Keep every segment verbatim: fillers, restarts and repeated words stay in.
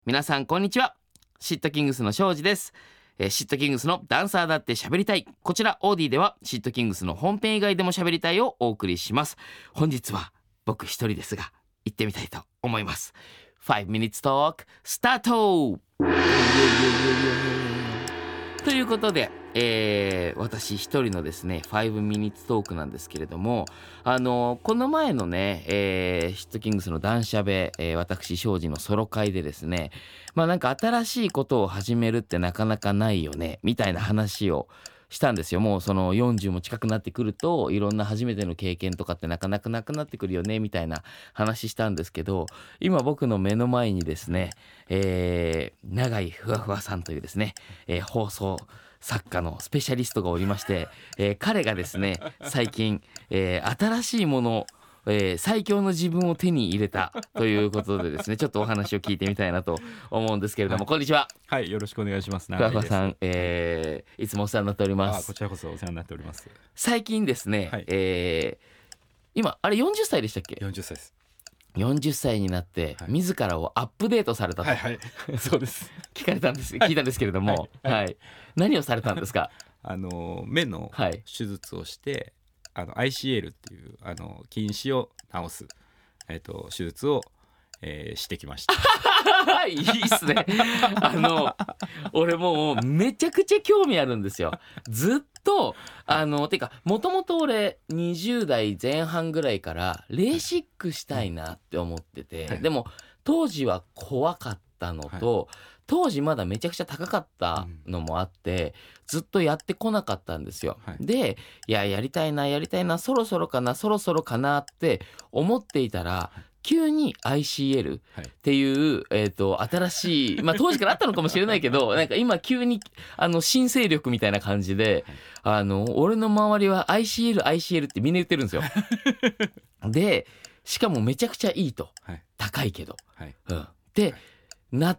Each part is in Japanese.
皆さんこんにちは。シットキングスの庄司です。えーシットキングスのダンサーだって喋りたい、こちらオーディではシットキングスの本編以外でも喋りたいをお送りします。本日は僕一人ですが行ってみたいと思います。ファイブミニッツトークスタートということで、えー私一人のですねファイブミニッツトークなんですけれども、あのこの前のね、えーシットキングスのダンシャベ、えー私庄司のソロ会でですね、まあなんか新しいことを始めるってなかなかないよねみたいな話をしたんですよ。もうそのよんじゅうも近くなってくるといろんな初めての経験とかってなかなかなくなってくるよねみたいな話したんですけど、今僕の目の前にですね、えー、永井ふわふわさんというですね、えー放送作家のスペシャリストがおりまして、えー彼がですね最近、えー新しいもの、えー最強の自分を手に入れたということでですね、ちょっとお話を聞いてみたいなと思うんですけれども、こんにちは。 はい、よろしくお願いします。 ふわふわ長井です。 さん、えーいつもお世話になっておりまあ、こす。 ちらこそお世話になっております。 最近ですね、 はいえー今あれよんじゅっさいでしたっけ？ よんじゅっさいです。 よんじゅっさいになってはい自らをアップデートされたとはいはい、そうです。 聞かれたんです聞いたんですけれども、 はいはい、何をされたんですか？ あの目のはい手術をして、あの アイシーエル っていうあの近視を治すえっ、と手術を、えーしてきました。 いいっすね。あの俺もうめちゃくちゃ興味あるんですよ。ずっとあのてかもともと俺にじゅう代前半ぐらいからレーシックしたいなって思ってて、 はいでも当時は怖かったのと、当時まだめちゃくちゃ高かったのもあってずっとやってこなかったんですよ。 はいで、いややりたいなやりたいなそろそろかなそろそろかなって思っていたら、急に アイシーエルはいっていう、えー、と新しい、まあ、当時からあったのかもしれないけどなんか今急にあの新勢力みたいな感じで、あの俺の周りは アイシーエルアイシーエル ってみんな言ってるんですよ。でしかもめちゃくちゃいいと、 はい高いけど、 はいうん、でなって、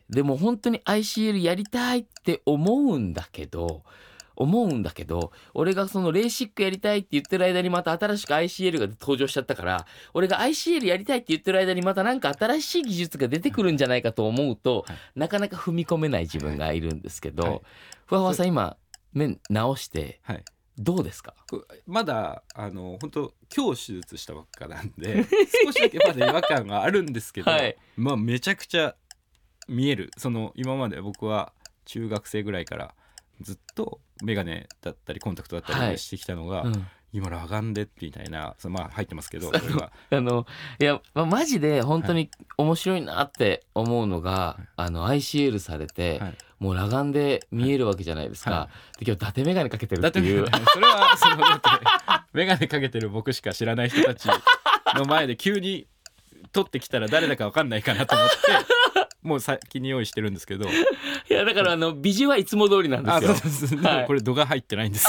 でも本当に アイシーエル やりたいって思うんだけど思うんだけど俺がそのレーシックやりたいって言ってる間にまた新しく アイシーエル が登場しちゃったから、俺が アイシーエル やりたいって言ってる間にまたなんか新しい技術が出てくるんじゃないかと思うと、 はいなかなか踏み込めない自分がいるんですけど、 はいふわふわさん今目直してはい。 どうですか？ こまだあの本当今日手術したばっかなんで少しだけまだ違和感があるんですけど、 はいまあめちゃくちゃ見える。その今まで僕は中学生ぐらいからずっとメガネだったりコンタクトだったはいりしてきたのが、 うん今裸眼でみたいな、そのまあ入ってますけど、それはあのいや、ま、マジで本当に面白いなって思うのが、 いあの アイシーエル されて、 はいもう裸眼で見えるわけじゃないですか、 はで今日伊達眼鏡かけてるだっててっいうそれはそのだってメガネかけてる僕しか知らない人たちの前で急に撮ってきたら誰だか分かんないかなと思ってもう先に用意してるんですけど、 いやだからあのビジュはいつも通りなんであすよ。 そうです、ではいもこれ度が入ってないんです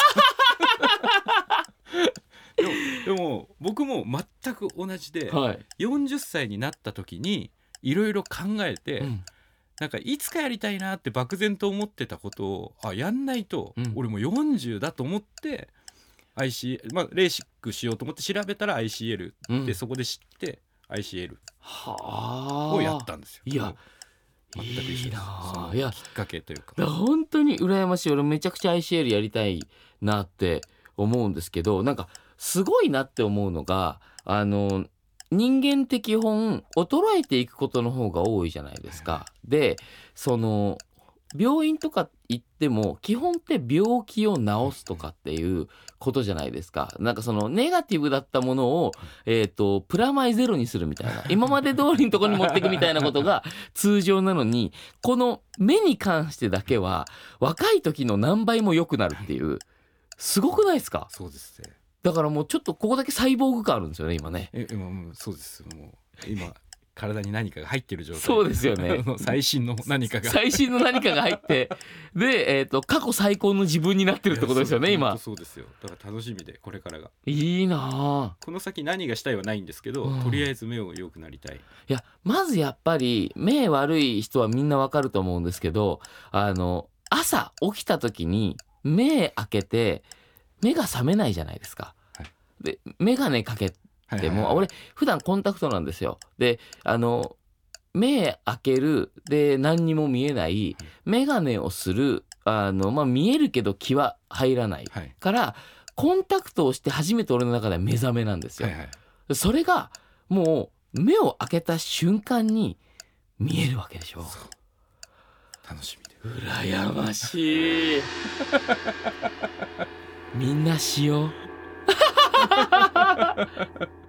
でもでも僕も全く同じで、 はいよんじゅっさいになった時にいろいろ考えて、 うんなんかいつかやりたいなって漠然と思ってたことをあやんないと、 うん俺もよんじゅうだと思って アイシー、まあ、レーシックしようと思って調べたら アイシーエルうんでそこで知って アイシーエルはあをやったんですよ。 いやもう全く一緒です。 いいなあそのいやきっかけというかだから本当に羨ましい。俺めちゃくちゃ アイシーエル やりたいなって思うんですけど、なんかすごいなって思うのが、あの人間って基本衰えていくことの方が多いじゃないですか。でその病院とか行っても基本って病気を治すとかっていうことじゃないですか。なんかそのネガティブだったものを、えー、とプラマイゼロにするみたいな、今まで通りのところに持っていくみたいなことが通常なのに、この目に関してだけは若い時の何倍も良くなるっていう、すごくないですか？ そうですね。 だからもうちょっとここだけサイボーグ感あるんですよね今ね。 え今もうそうですもう今体に何かが入ってる状態そうですよねあの最新の何かが最新の何かが入ってで、えー、と過去最高の自分になってるってことですよね今。 そうですよ。だから楽しみでこれからがいいなあ。 この先何がしたいはないんですけど、 うんとりあえず目を良くなりたい。 いやまずやっぱり目悪い人はみんなわかると思うんですけど、あの朝起きた時に目開けて目が覚めないじゃないですか、 はい、 で眼鏡かけても、俺普段コンタクトなんですよ。であの目開けるで何にも見えない眼鏡をするあの、まあ、見えるけど気は入らないはいからコンタクトをして初めて俺の中では目覚めなんですよ、 はいはい。 それがもう目を開けた瞬間に見えるわけでしょ。 楽しみで。 羨ましいみんなしよう